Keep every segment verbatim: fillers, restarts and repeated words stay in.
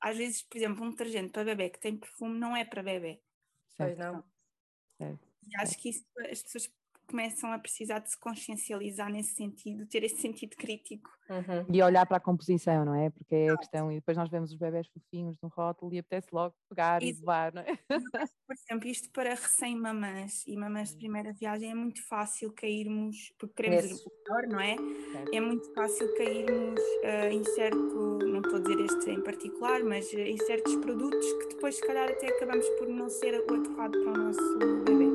às vezes, por exemplo, um detergente para bebê que tem perfume não é para bebê. Pois não. Certo. E acho que isso, as pessoas começam a precisar de se consciencializar nesse sentido, ter esse sentido crítico. Uhum. E olhar para a composição, não é? Porque é a questão, e depois nós vemos os bebés fofinhos no rótulo e apetece logo pegar Isso. e levar, não é? Por exemplo, isto para recém-mamãs e mamãs de primeira viagem é muito fácil cairmos, porque queremos Nesse. o melhor, não é? Certo. É muito fácil cairmos uh, em certo, não estou a dizer este em particular, mas uh, em certos produtos que depois se calhar até acabamos por não ser o adequado para o nosso bebê.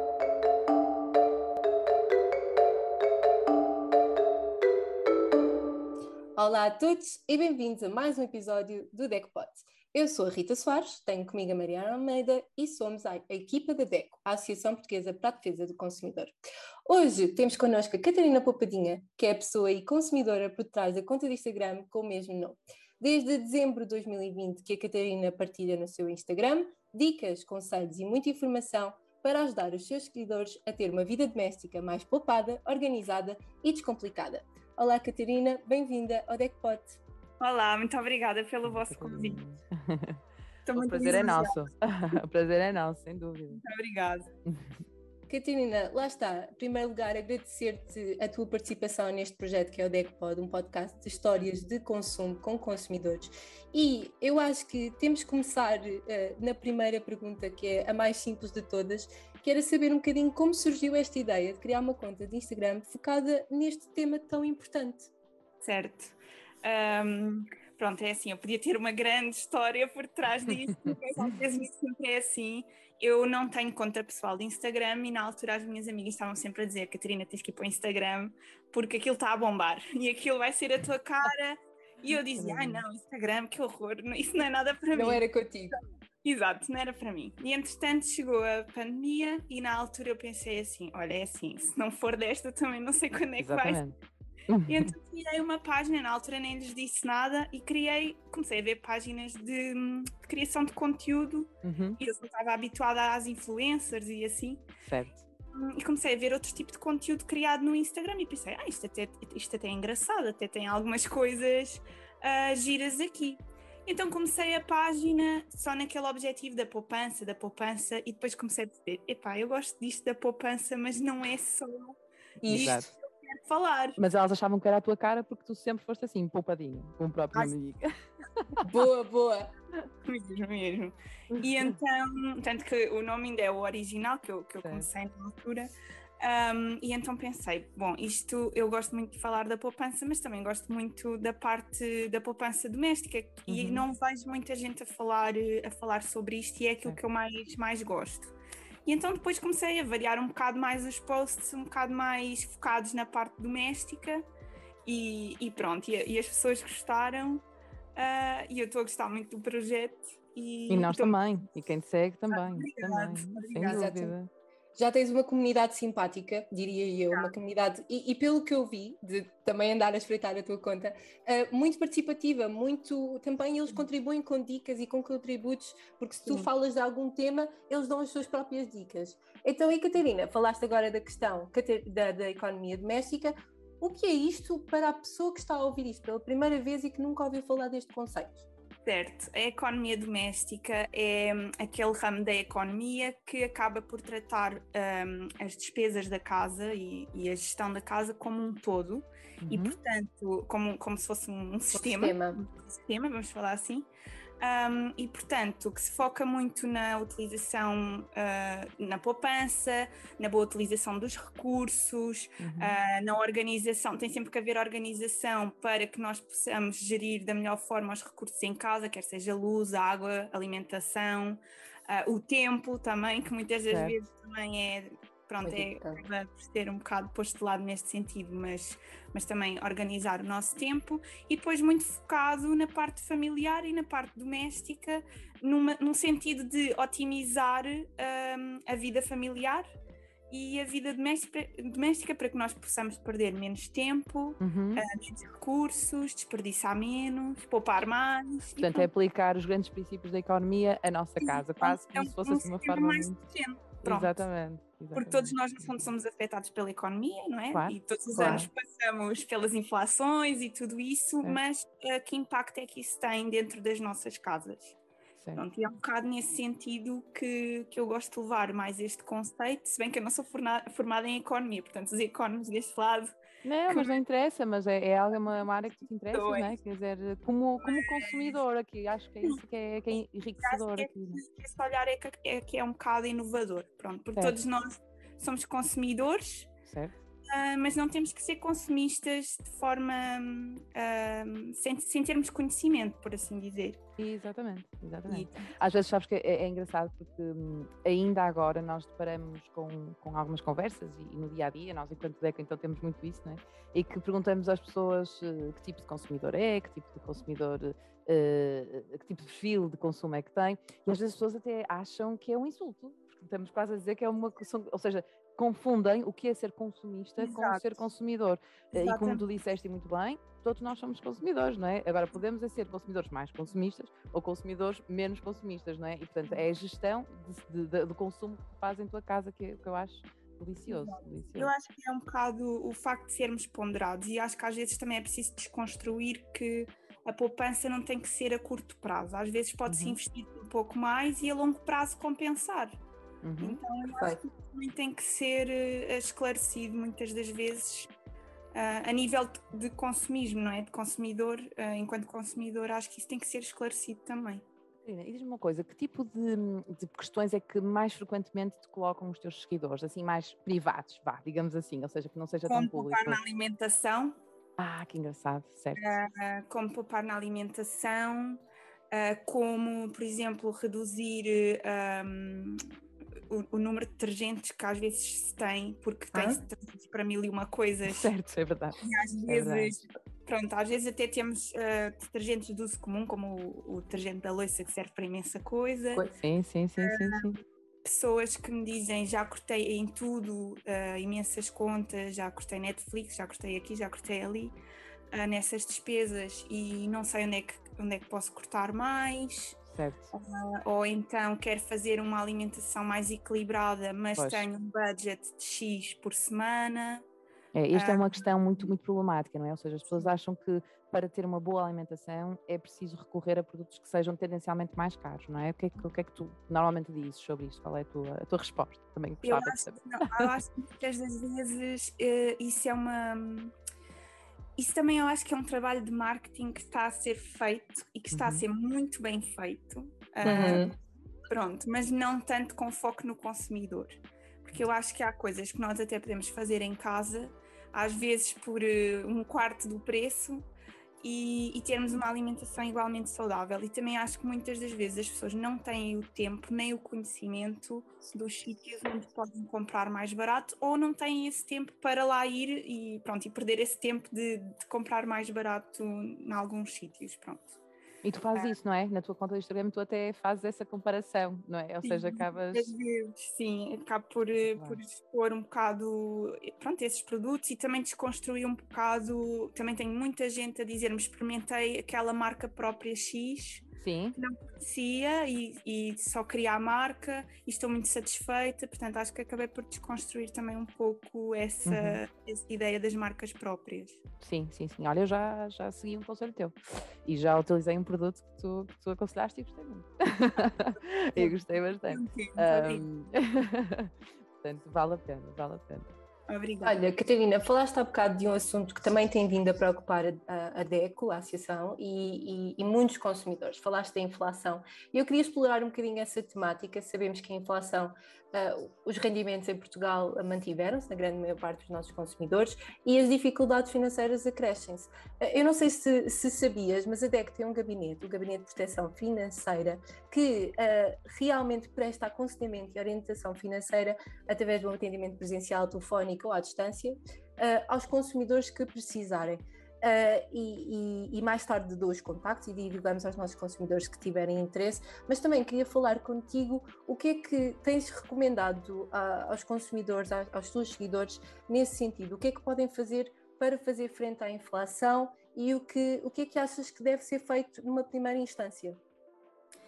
Olá a todos e bem-vindos a mais um episódio do DECOpod. Eu sou a Rita Soares, tenho comigo a Mariana Almeida e somos a, a equipa da DECO, a Associação Portuguesa para a Defesa do Consumidor. Hoje temos connosco a Catarina Poupadinha, que é a pessoa e consumidora por trás da conta de Instagram com o mesmo nome. Desde dezembro de dois mil e vinte que a Catarina partilha no seu Instagram dicas, conselhos e muita informação para ajudar os seus seguidores a ter uma vida doméstica mais poupada, organizada e descomplicada. Olá, Catarina, bem-vinda ao DECOpod. Olá, muito obrigada pelo vosso convite. O prazer é nosso. O prazer é nosso, sem dúvida. Muito obrigada. Catarina, lá está. Em primeiro lugar, agradecer-te a tua participação neste projeto que é o DECOpod, um podcast de histórias de consumo com consumidores. E eu acho que temos que começar uh, na primeira pergunta, que é a mais simples de todas, que era saber um bocadinho como surgiu esta ideia de criar uma conta de Instagram focada neste tema tão importante. Certo. Um, pronto, é assim, eu podia ter uma grande história por trás disso, mas às vezes sempre é assim. Eu não tenho conta pessoal de Instagram e na altura as minhas amigas estavam sempre a dizer: Catarina, tens que ir para o Instagram porque aquilo está a bombar e aquilo vai ser a tua cara. E eu dizia: ai não, Instagram, que horror, isso não é nada para mim. Não era contigo. Exato, não era para mim. E entretanto chegou a pandemia e na altura eu pensei assim: olha, é assim, se não for desta também não sei quando é que vai ser. E então criei uma página, na altura nem lhes disse nada e criei, comecei a ver páginas de, de criação de conteúdo uhum. e eu não estava habituada às influencers e assim. Certo. E comecei a ver outro tipo de conteúdo criado no Instagram e pensei, ah, isto até, isto até é engraçado, até tem algumas coisas uh, giras aqui. Então comecei a página só naquele objetivo da poupança, da poupança e depois comecei a dizer, epá, eu gosto disto da poupança, mas não é só Exato. Isto que eu quero falar. Mas elas achavam que era a tua cara porque tu sempre foste assim, poupadinha, como o próprio nome diga. Boa, boa. Mesmo, mesmo. E então, tanto que o nome ainda é o original, que eu, que eu comecei na altura. Um, e então pensei, bom, isto eu gosto muito de falar da poupança, mas também gosto muito da parte da poupança doméstica uhum. e não vejo muita gente a falar, a falar sobre isto e é aquilo é. que eu mais, mais gosto. E então depois comecei a variar um bocado mais os posts, um bocado mais focados na parte doméstica e, e pronto, e, e as pessoas gostaram uh, e eu estou a gostar muito do projeto. E, e nós tô... também, e quem te segue também, obrigada, também obrigada. sem dúvida. Já tens uma comunidade simpática, diria eu, uma comunidade, e, e pelo que eu vi, de também andar a espreitar a tua conta, uh, muito participativa, muito, também eles contribuem com dicas e com contributos, porque se tu Sim. falas de algum tema, eles dão as suas próprias dicas. Então, e Catarina, falaste agora da questão da, da economia doméstica, o que é isto para a pessoa que está a ouvir isto pela primeira vez e que nunca ouviu falar deste conceito? Certo, a economia doméstica é aquele ramo da economia que acaba por tratar um, as despesas da casa e, e a gestão da casa como um todo uhum. e, portanto, como, como se fosse um, um sistema, sistema. Um sistema, vamos falar assim, um, e, portanto, que se foca muito na utilização, uh, na poupança, na boa utilização dos recursos, uhum. uh, na organização, tem sempre que haver organização para que nós possamos gerir da melhor forma os recursos em casa, quer seja luz, água, alimentação, uh, o tempo também, que muitas das certo. vezes também é, pronto, é, acaba por ser um bocado posto de lado neste sentido, mas, mas também organizar o nosso tempo e depois muito focado na parte familiar e na parte doméstica, numa, num sentido de otimizar um, a vida familiar e a vida doméstica, doméstica para que nós possamos perder menos tempo, uhum. uh, menos recursos, desperdiçar menos, poupar mais. Portanto, é aplicar os grandes princípios da economia à nossa casa, quase é um, como se fosse um assim uma forma mais muito... pequeno. Exatamente. Porque todos nós, no fundo, somos afetados pela economia, não é? Claro, e todos os claro. anos passamos pelas inflações e tudo isso, É. mas uh, que impacto é que isso tem dentro das nossas casas? Pronto, e é um bocado nesse sentido que, que eu gosto de levar mais este conceito, se bem que eu não sou formada, formada em economia, portanto os economistas deste lado... Não, mas não interessa, mas é, é algo, uma, uma área que tu te interessas, não é? Quer dizer, como, como consumidor aqui, acho que é isso que é, que é enriquecedor acho que aqui. É, esse olhar é que é, que é um bocado inovador, pronto, porque Certo. todos nós somos consumidores, certo. Uh, mas não temos que ser consumistas de forma uh, sem, sem termos conhecimento, por assim dizer. Exatamente, exatamente. E... Às vezes sabes que é, é engraçado porque hum, ainda agora nós deparamos com, com algumas conversas e, e no dia a dia, nós enquanto DECO então temos muito isso, não é? E que perguntamos às pessoas uh, que tipo de consumidor é, que tipo de consumidor, uh, que tipo de perfil de consumo é que tem, e às vezes as pessoas até acham que é um insulto, porque estamos quase a dizer que é uma, ou seja, confundem o que é ser consumista Exato. com ser consumidor. Exatamente. E como tu disseste muito bem, todos nós somos consumidores, não é? Agora podemos é ser consumidores mais consumistas ou consumidores menos consumistas, não é? E portanto é a gestão de, de, de consumo que tu fazes em tua casa que, que eu acho delicioso, delicioso. Eu acho que é um bocado o facto de sermos ponderados e acho que às vezes também é preciso desconstruir que a poupança não tem que ser a curto prazo. Às vezes pode-se uhum. investir um pouco mais e a longo prazo compensar. Uhum. Então eu acho que também tem que ser uh, esclarecido muitas das vezes uh, a nível de, de consumismo, não é? De consumidor, uh, enquanto consumidor, acho que isso tem que ser esclarecido também. E diz-me uma coisa, que tipo de, de questões é que mais frequentemente te colocam os teus seguidores, assim mais privados, vá, digamos assim, ou seja, que não seja como tão público? Como poupar na alimentação. Ah, que engraçado, certo. Uh, como poupar na alimentação, uh, como, por exemplo, reduzir... Um, O, o número de detergentes que às vezes se tem, porque ah? tem detergentes para mil e uma coisas. Certo, é verdade. E às é vezes, verdade. pronto, às vezes até temos uh, detergentes de uso comum, como o, o detergente da louça, que serve para imensa coisa. Sim, sim, sim, uh, sim, sim. Pessoas que me dizem, já cortei em tudo, uh, imensas contas, já cortei Netflix, já cortei aqui, já cortei ali, uh, nessas despesas e não sei onde é que, onde é que posso cortar mais. Certo. Uh, ou então quero fazer uma alimentação mais equilibrada, mas pois. tenho um budget de X por semana. É, esta uh, é uma questão muito, muito problemática, não é? Ou seja, as pessoas acham que para ter uma boa alimentação é preciso recorrer a produtos que sejam tendencialmente mais caros, não é? O que é que, o que, é que tu normalmente dizes sobre isto? Qual é a tua, a tua resposta? Também gostava eu de saber. Não, eu acho que muitas das vezes uh, isso é uma... Isso também eu acho que é um trabalho de marketing que está a ser feito e que está uhum. a ser muito bem feito, uhum. uh, pronto, mas não tanto com foco no consumidor, porque eu acho que há coisas que nós até podemos fazer em casa, às vezes por uh, um quarto do preço e, e termos uma alimentação igualmente saudável. E também acho que muitas das vezes as pessoas não têm o tempo nem o conhecimento dos sítios onde podem comprar mais barato ou não têm esse tempo para lá ir e, pronto, e perder esse tempo de, de comprar mais barato em alguns sítios, pronto. E tu fazes ah. isso, não é? Na tua conta do Instagram tu até fazes essa comparação, não é? Ou sim, seja, acabas... Às vezes, sim, acabo por, claro. por expor um bocado, pronto, esses produtos e também desconstruir um bocado, também tenho muita gente a dizer-me, experimentei aquela marca própria X, sim. que não conhecia e, e só queria a marca e estou muito satisfeita, portanto acho que acabei por desconstruir também um pouco essa, uhum. essa ideia das marcas próprias. Sim, sim, sim. Olha, eu já, já segui um conselho teu e já utilizei um produto que tu, que tu aconselhaste e gostei muito. Eu gostei bastante. Sim, um... Portanto, vale a pena, vale a pena. Obrigada. Olha, Catarina, falaste há bocado de um assunto que também tem vindo a preocupar a, a DECO, a Associação, e, e, e muitos consumidores. Falaste da inflação. E eu queria explorar um bocadinho essa temática. Sabemos que a inflação, uh, os rendimentos em Portugal mantiveram-se, na grande maior parte dos nossos consumidores, e as dificuldades financeiras acrescem-se. Uh, eu não sei se, se sabias, mas a DECO tem um gabinete, o Gabinete de Proteção Financeira, que uh, realmente presta aconselhamento e orientação financeira através de um atendimento presencial, telefónico ou à distância, uh, aos consumidores que precisarem. Uh, e, e, e mais tarde dou os contactos e divulgamos aos nossos consumidores que tiverem interesse, mas também queria falar contigo o que é que tens recomendado uh, aos consumidores, aos, aos teus seguidores, nesse sentido, o que é que podem fazer para fazer frente à inflação e o que, o que é que achas que deve ser feito numa primeira instância?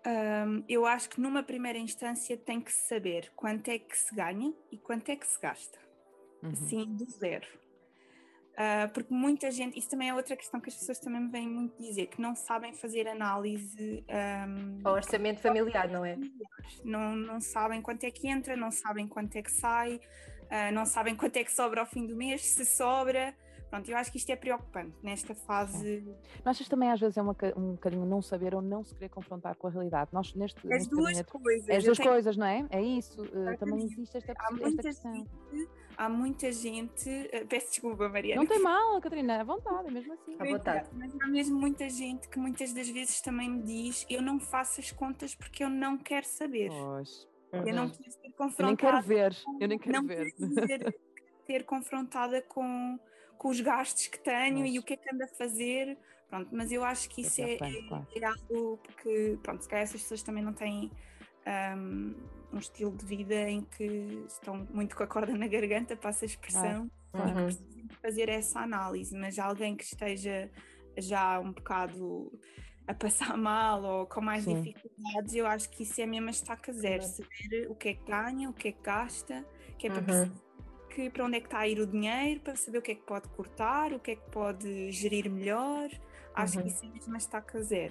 Um, eu acho que numa primeira instância tem que se saber quanto é que se ganha e quanto é que se gasta, uhum. assim do zero. Uh, porque muita gente, isso também é outra questão que as pessoas também me vêm muito dizer, que não sabem fazer análise um, ao orçamento familiar, não é? Não, não sabem quanto é que entra, não sabem quanto é que sai, uh, não sabem quanto é que sobra ao fim do mês, se sobra. Pronto, eu acho que isto é preocupante nesta fase. Não achas também às vezes é uma, um bocadinho não saber ou não se querer confrontar com a realidade? Nós neste, As neste duas gabinete, coisas. As duas tenho... coisas, não é? É isso. Uh, também existe esta, há esta questão. Gente, há muita gente... Uh, peço desculpa, Mariana. Não tem mal, Catarina, à vontade, é mesmo assim. À vontade. Mas há mesmo muita gente que muitas das vezes também me diz eu não faço as contas porque eu não quero saber. Pois. Eu não quero ser confrontada. Eu nem quero ver. Com, eu nem quero não ver. Quero dizer, ser confrontada com, com os gastos que tenho Nossa. E o que é que ando a fazer. Pronto, mas eu acho que isso é, é, claro. é algo que, pronto, se calhar essas pessoas também não têm um, um estilo de vida em que estão muito com a corda na garganta, passa a expressão, claro. Uhum. E precisam fazer essa análise, mas alguém que esteja já um bocado a passar mal ou com mais Sim. dificuldades, eu acho que isso é mesmo a estaca zero, uhum. saber o que é que ganha, o que é que gasta, que é para uhum. perceber que, para onde é que está a ir o dinheiro, para saber o que é que pode cortar, o que é que pode gerir melhor, acho uhum. que isso é mesmo a estaca zero.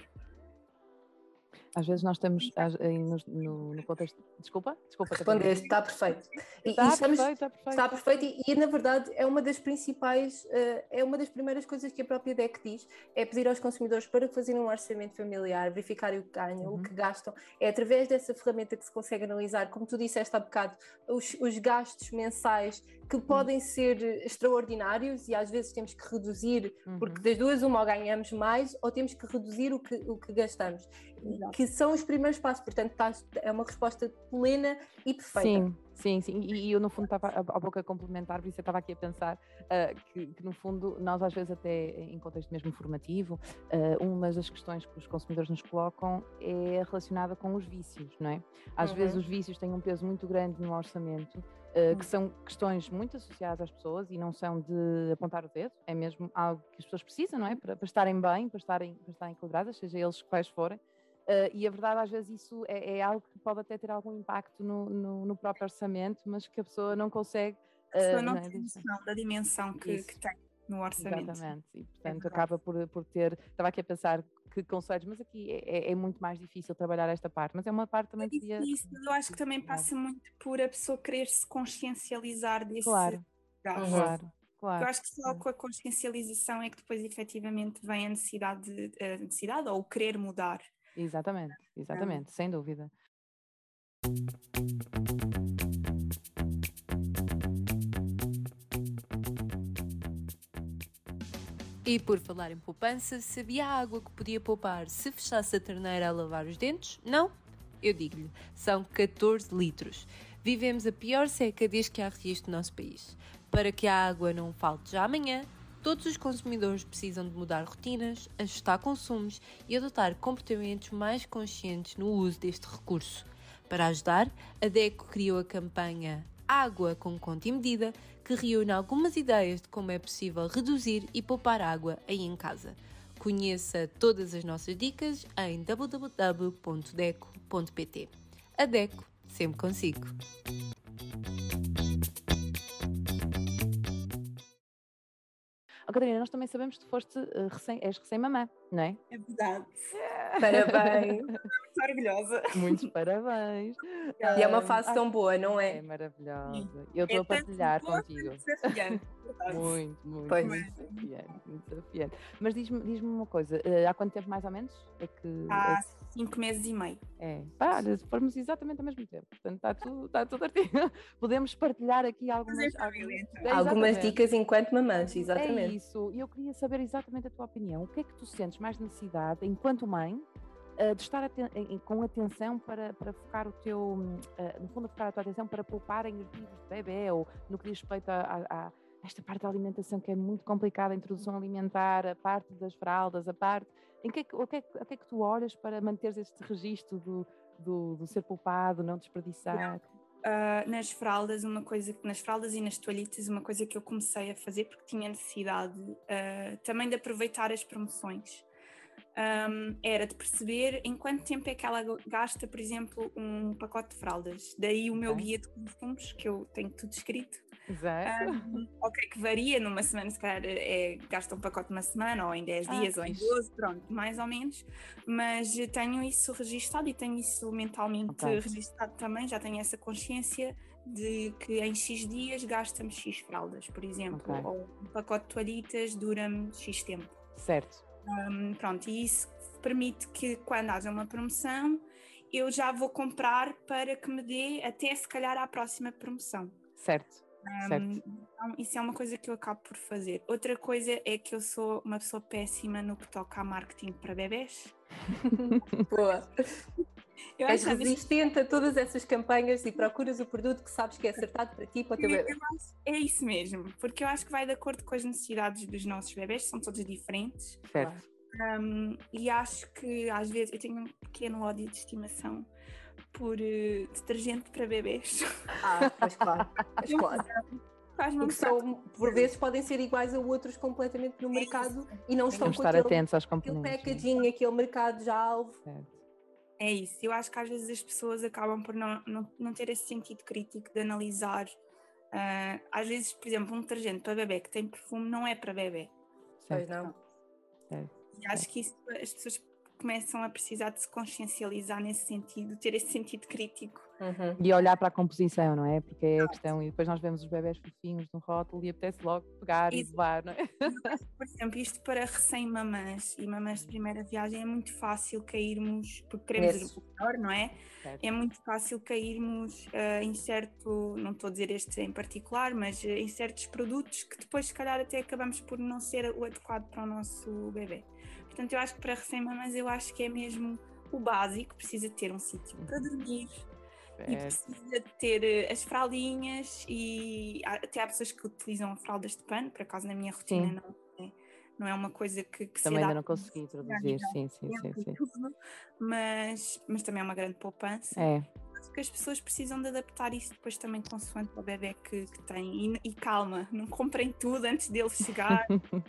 Às vezes nós temos aí no, no, no contexto... Desculpa? Desculpa. Respondeste, está perfeito. E, está, e estamos, perfeito está perfeito. Está perfeito e, e, na verdade, é uma das principais, uh, é uma das primeiras coisas que a própria D E C diz, é pedir aos consumidores para fazerem um orçamento familiar, verificarem o que ganham, uhum. o que gastam. É através dessa ferramenta que se consegue analisar, como tu disseste há bocado, os, os gastos mensais que podem uhum. ser extraordinários e às vezes temos que reduzir, uhum. porque das duas uma ou ganhamos mais ou temos que reduzir o que, o que gastamos. Exato. Que são os primeiros passos, portanto é uma resposta plena e perfeita. Sim, sim, sim, e, e eu no fundo estava há pouco a complementar, por isso eu estava aqui a pensar uh, que, que no fundo nós às vezes até em contexto mesmo formativo, uh, uma das questões que os consumidores nos colocam é relacionada com os vícios, não é? Às uhum. vezes os vícios têm um peso muito grande no orçamento, uh, que são questões muito associadas às pessoas e não são de apontar o dedo, é mesmo algo que as pessoas precisam, não é? Para, para estarem bem, para estarem, para estarem equilibradas, seja eles quais forem. Uh, e a verdade às vezes isso é, é algo que pode até ter algum impacto no, no, no próprio orçamento, mas que a pessoa não consegue... A pessoa uh, não, não tem noção da dimensão que, que tem no orçamento. Exatamente, e portanto é acaba por, por ter... Estava aqui a pensar que conselhos, mas aqui é, é muito mais difícil trabalhar esta parte, mas é uma parte também é difícil, que devia... Eu acho que também passa muito por a pessoa querer se consciencializar desse claro, gasto. Claro. Claro. Eu acho que só com a consciencialização é que depois efetivamente vem a necessidade, de, a necessidade ou o querer mudar. Exatamente, exatamente, sem dúvida. E por falar em poupança, sabia a água que podia poupar se fechasse a torneira a lavar os dentes? Não? Eu digo-lhe, são catorze litros. Vivemos a pior seca desde que há registro no nosso país. Para que a água não falte já amanhã, todos os consumidores precisam de mudar rotinas, ajustar consumos e adotar comportamentos mais conscientes no uso deste recurso. Para ajudar, a D E C criou a campanha Água com Conta e Medida, que reúne algumas ideias de como é possível reduzir e poupar água aí em casa. Conheça todas as nossas dicas em w w w ponto deco ponto p t. A D E C, sempre consigo. Oh, Catarina, nós também sabemos que tu foste uh, recém, és recém-mamã, não é? É verdade. Parabéns. Muito orgulhosa. Muitos parabéns. E é uma fase tão boa, não é? É maravilhosa. Eu estou é a partilhar contigo. Desafiante. Muito, muito, pois. muito desafiante, muito desafiante. Mas diz-me, diz-me uma coisa, uh, há quanto tempo mais ou menos? É que, há é que... cinco meses e meio. É, pá, formos exatamente ao mesmo tempo, portanto está tudo, está tudo artigo. Podemos partilhar aqui algumas, algumas, é, algumas dicas enquanto mamãs, exatamente. É isso, e eu queria saber exatamente a tua opinião. O que é que tu sentes mais necessidade, enquanto mãe, uh, de estar aten- em, com atenção para, para focar o teu, uh, no fundo, focar a tua atenção para poupar em artigos de bebê ou no que diz respeito a, a, a esta parte da alimentação que é muito complicada, a introdução alimentar, a parte das fraldas, a parte... Em que é que, o, que é, o que é que tu olhas para manteres este registro do, do, do ser poupado, não desperdiçar? Uh, nas fraldas, uma coisa, nas fraldas e nas toalhitas, uma coisa que eu comecei a fazer porque tinha necessidade uh, também de aproveitar as promoções. um, era de perceber em quanto tempo é que ela gasta, por exemplo, um pacote de fraldas. Daí o meu Ok. guia de consumos, que eu tenho tudo escrito. Exato. Um, ok, que varia, numa semana se calhar é, gasta um pacote uma semana, ou em dez Ah, dias, ou em fixe. doze, pronto, mais ou menos, mas tenho isso registado e tenho isso mentalmente Ok. registado também, já tenho essa consciência de que em X dias gasta-me X fraldas, por exemplo, Ok. ou um pacote de toalhitas dura-me X tempo. Certo. Um, pronto, e isso permite que quando haja uma promoção, eu já vou comprar para que me dê até se calhar à próxima promoção. Certo. Um, Certo. então, isso é uma coisa que eu acabo por fazer. Outra coisa é que eu sou uma pessoa péssima no que toca a marketing para bebés. Boa. Eu És acho que resistente a todas essas campanhas e procuras o produto que sabes que é acertado para ti e para o teu bebê. eu acho- é isso mesmo, porque eu acho que vai de acordo com as necessidades dos nossos bebés, são todos diferentes. Certo. Um, e acho que às vezes eu tenho um pequeno ódio de estimação por uh, detergente para bebés. Ah, mas claro, mas claro. Faz-me um Porque bocado são, por vezes podem ser iguais a outros completamente no mercado e não estão Vamos com estar aquele, atentos aos aquele componentes. packaging, aquele mercado já alvo. Certo. É isso, eu acho que às vezes as pessoas acabam por não, não, não ter esse sentido crítico de analisar. Uh, às vezes, por exemplo, um detergente para bebê que tem perfume não é para bebê. Pois Certo. não. Certo. E acho que isso, as pessoas começam a precisar de se consciencializar nesse sentido, ter esse sentido crítico. Uhum. E olhar para a composição, não é? Porque é a questão, e depois nós vemos os bebés fofinhos no rótulo e apetece logo pegar e Isso. levar, não é? Por exemplo, isto para recém-mamãs e mamãs de primeira viagem é muito fácil cairmos, porque queremos Nesse. o melhor, não é? Certo. É muito fácil cairmos uh, em certo, não estou a dizer este em particular, mas uh, em certos produtos que depois se calhar até acabamos por não ser o adequado para o nosso bebê. Portanto, eu acho que para recém-mamãs eu acho que é mesmo o básico, precisa ter um sítio para dormir. E precisa de ter as fraldinhas e há- até há pessoas que utilizam fraldas de pano, por acaso na minha rotina Sim. não é, não é uma coisa que, que se Também ainda adapta não consegui a traduzir, nível sim, sim, de sim, tempo e sim. tudo, mas, mas também é uma grande poupança. É, Acho que as pessoas precisam de adaptar isso depois também consoante o bebê que, que tem. E, e calma, não comprem tudo antes dele chegar.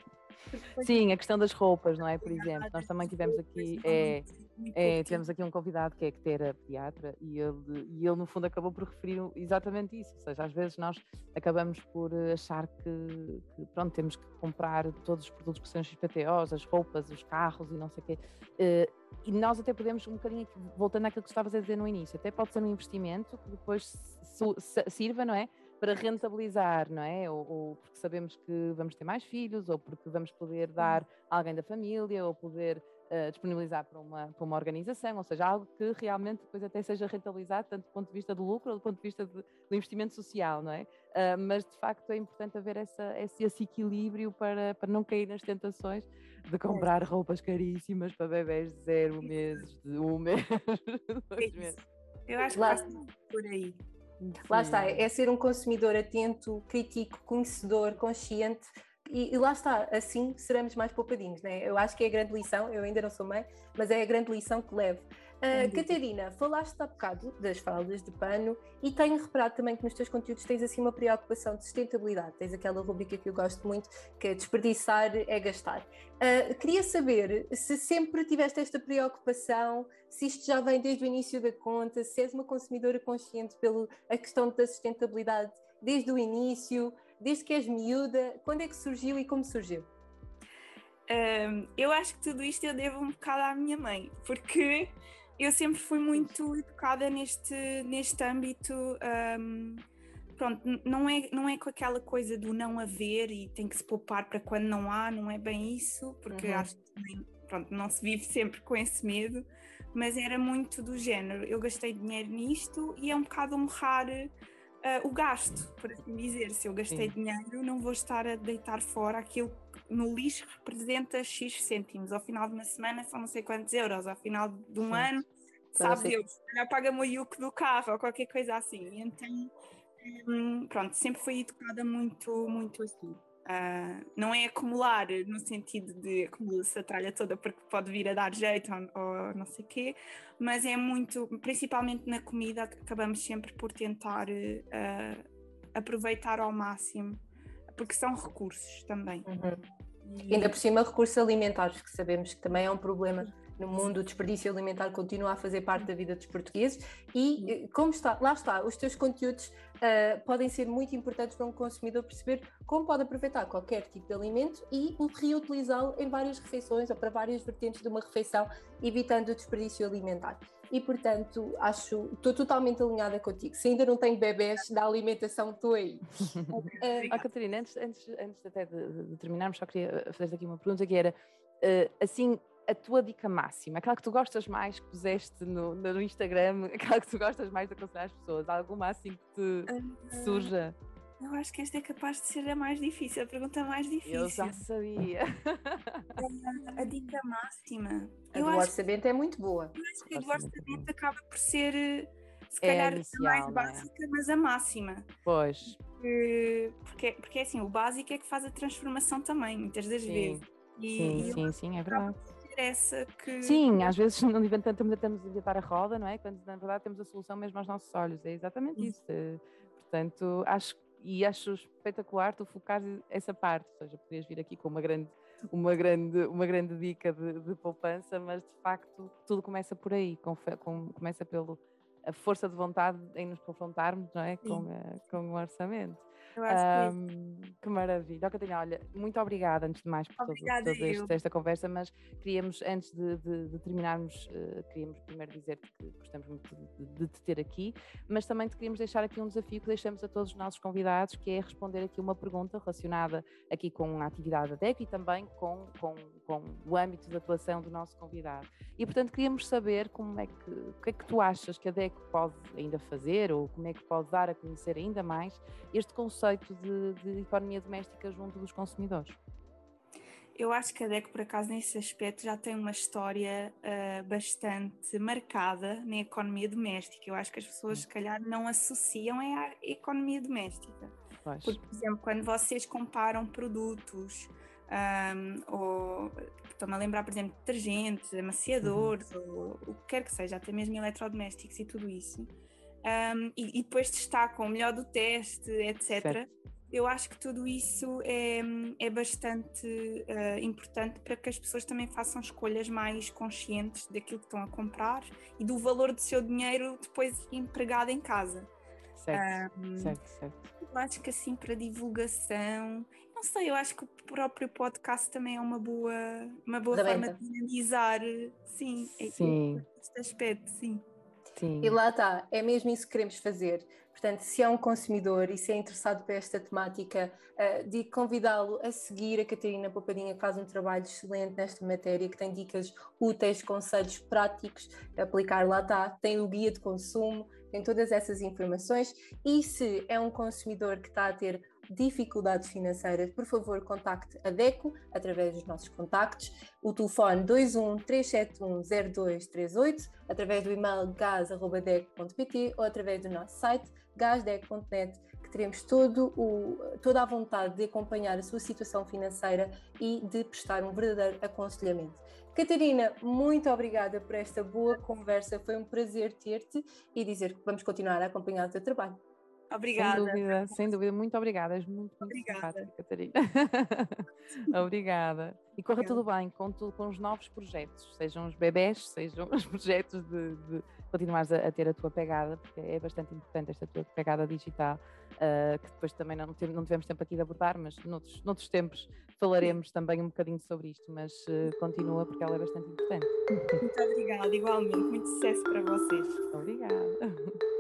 sim, a questão das roupas, não é? Por exemplo, nós também tivemos aqui, é, é, tivemos aqui um convidado que é que era pediatra e ele, e ele no fundo acabou por referir exatamente isso, ou seja, às vezes nós acabamos por achar que, que pronto, temos que comprar todos os produtos que são X P T Os, as roupas, os carros e não sei o quê, uh, e nós até podemos um bocadinho, aqui, voltando àquilo que estavas a dizer no início, até pode ser um investimento que depois sirva, não é? Para rentabilizar, não é? Ou, ou porque sabemos que vamos ter mais filhos, ou porque vamos poder dar a alguém da família, ou poder uh, disponibilizar para uma, para uma organização, ou seja, algo que realmente depois até seja rentabilizado, tanto do ponto de vista do lucro, ou do ponto de vista de, do investimento social, não é? Uh, mas de facto é importante haver essa, esse, esse equilíbrio para, para não cair nas tentações de comprar roupas caríssimas para bebés de zero meses, de um mês, dois meses. Eu acho que Lá- passa por aí. Lá Sim. está, é ser um consumidor atento, crítico, conhecedor, consciente e, e lá está, assim seremos mais poupadinhos, né? Eu acho que é a grande lição, eu ainda não sou mãe, mas é a grande lição que levo. Uh, Catarina, falaste há bocado das fraldas de pano e tenho reparado também que nos teus conteúdos tens assim uma preocupação de sustentabilidade, tens aquela rubrica que eu gosto muito, que é desperdiçar é gastar. Uh, queria saber se sempre tiveste esta preocupação, se isto já vem desde o início da conta, se és uma consumidora consciente pela questão da sustentabilidade desde o início, desde que és miúda, quando é que surgiu e como surgiu? Um, eu acho que tudo isto eu devo um bocado à minha mãe, porque eu sempre fui muito educada neste, neste âmbito. Um, pronto, não é, não é com aquela coisa do não haver e tem que se poupar para quando não há, não é bem isso, porque Uhum. acho que também, pronto, não se vive sempre com esse medo, mas era muito do género, eu gastei dinheiro nisto e é um bocado honrar uh, o gasto, por assim dizer. Se eu gastei Sim. dinheiro, não vou estar a deitar fora aquilo no lixo que representa X cêntimos. Ao final de uma semana são não sei quantos euros, ao final de um Certo. ano, Para sabe você. Deus, já paga-me o iuque do carro ou qualquer coisa assim. Então, hum, pronto, sempre fui educada muito, muito assim. Uh, não é acumular no sentido de acumula-se a tralha toda porque pode vir a dar jeito ou, ou não sei o quê, mas é muito, principalmente na comida, acabamos sempre por tentar uh, aproveitar ao máximo, porque são recursos também. Uhum. E... Ainda por cima, recursos alimentares, que sabemos que também é um problema no mundo. O desperdício alimentar continua a fazer parte da vida dos portugueses e, como está, lá está, os teus conteúdos uh, podem ser muito importantes para um consumidor perceber como pode aproveitar qualquer tipo de alimento e o reutilizá-lo em várias refeições ou para várias vertentes de uma refeição, evitando o desperdício alimentar. E, portanto, acho, estou totalmente alinhada contigo. Se ainda não tenho bebés da alimentação, estou aí. uh, oh, Catarina, antes, antes, antes até de, de terminarmos, só queria fazer aqui uma pergunta que era, uh, assim, a tua dica máxima, aquela que tu gostas mais que puseste no, no Instagram, aquela que tu gostas mais de aconselhar as pessoas, alguma assim que te uh, surja? Eu acho que esta é capaz de ser a mais difícil, a pergunta mais difícil. Eu já sabia. A, a dica máxima. A eu do acho, orçamento é muito boa. Eu acho que a do orçamento acaba por ser, se calhar, é inicial, a mais básica, é? Mas a máxima. Pois. Porque, porque, porque, assim, o básico é que faz a transformação também, muitas das sim. vezes. E, sim, e sim, sim, é verdade. Essa que... Sim, às vezes não inventamos, tentamos inventar a roda, não é? Quando na verdade temos a solução mesmo aos nossos olhos, é exatamente isso. isso. Portanto, acho, e acho espetacular tu focar essa parte, ou seja, podias vir aqui com uma grande, uma grande, uma grande dica de, de poupança, mas de facto tudo começa por aí, com, com, começa pelo a força de vontade em nos confrontarmos, não é? Com, a, com o orçamento. Eu acho um, que, que maravilha. Oh, Catarina, olha, muito obrigada antes de mais por obrigada todo, todo este, esta conversa, mas queríamos, antes de, de, de terminarmos, uh, queríamos primeiro dizer-te que gostamos muito de, de, de te ter aqui, mas também te queríamos deixar aqui um desafio que deixamos a todos os nossos convidados, que é responder aqui uma pergunta relacionada aqui com a atividade da DECO e também com, com, com o âmbito de atuação do nosso convidado. E, portanto, queríamos saber como é que, o que é que tu achas que a DECO pode ainda fazer ou como é que pode dar a conhecer ainda mais este conceito de, de economia doméstica junto dos consumidores. Eu acho que a DECO, por acaso, nesse aspecto já tem uma história uh, bastante marcada na economia doméstica. Eu acho que as pessoas, se calhar, não associam à economia doméstica. Pois. Porque, por exemplo, quando vocês comparam produtos, um, ou estou-me a lembrar, por exemplo, de detergentes, amaciadores, uhum. ou o que quer que seja, até mesmo eletrodomésticos e tudo isso, Um, e, e depois destacam o melhor do teste, etcétera. Certo. Eu acho que tudo isso é, é bastante uh, importante para que as pessoas também façam escolhas mais conscientes daquilo que estão a comprar e do valor do seu dinheiro depois empregado em casa. Certo, um, certo, certo. Eu acho que assim, para divulgação, não sei, eu acho que o próprio podcast também é uma boa, uma boa forma de dinamizar, sim, sim. este aspecto, sim. Sim. E lá está, é mesmo isso que queremos fazer. Portanto, se é um consumidor e se é interessado por esta temática, uh, de convidá-lo a seguir a Catarina Poupadinha, que faz um trabalho excelente nesta matéria, que tem dicas úteis, conselhos práticos a aplicar. Lá está, tem o guia de consumo, tem todas essas informações. E se é um consumidor que está a ter dificuldades financeiras, por favor, contacte a DECO através dos nossos contactos, o telefone dois um três sete um zero dois três oito, através do e-mail gas arroba deco ponto pt ou através do nosso site gasdeco ponto net, que teremos todo o, toda a vontade de acompanhar a sua situação financeira e de prestar um verdadeiro aconselhamento. Catarina, muito obrigada por esta boa conversa, foi um prazer ter-te e dizer que vamos continuar a acompanhar o teu trabalho. Obrigada. Sem dúvida, sem dúvida, muito obrigada, és muito, muito obrigada. simpática, Catarina. Obrigada. E corra obrigada. Tudo bem com, tu, com os novos projetos, sejam os bebés, sejam os projetos de, de continuares a, a ter a tua pegada, porque é bastante importante esta tua pegada digital, uh, que depois também não, não tivemos tempo aqui de abordar, mas noutros, noutros tempos falaremos também um bocadinho sobre isto, mas uh, continua porque ela é bastante importante. Muito obrigada, igualmente, muito sucesso para vocês. Obrigada.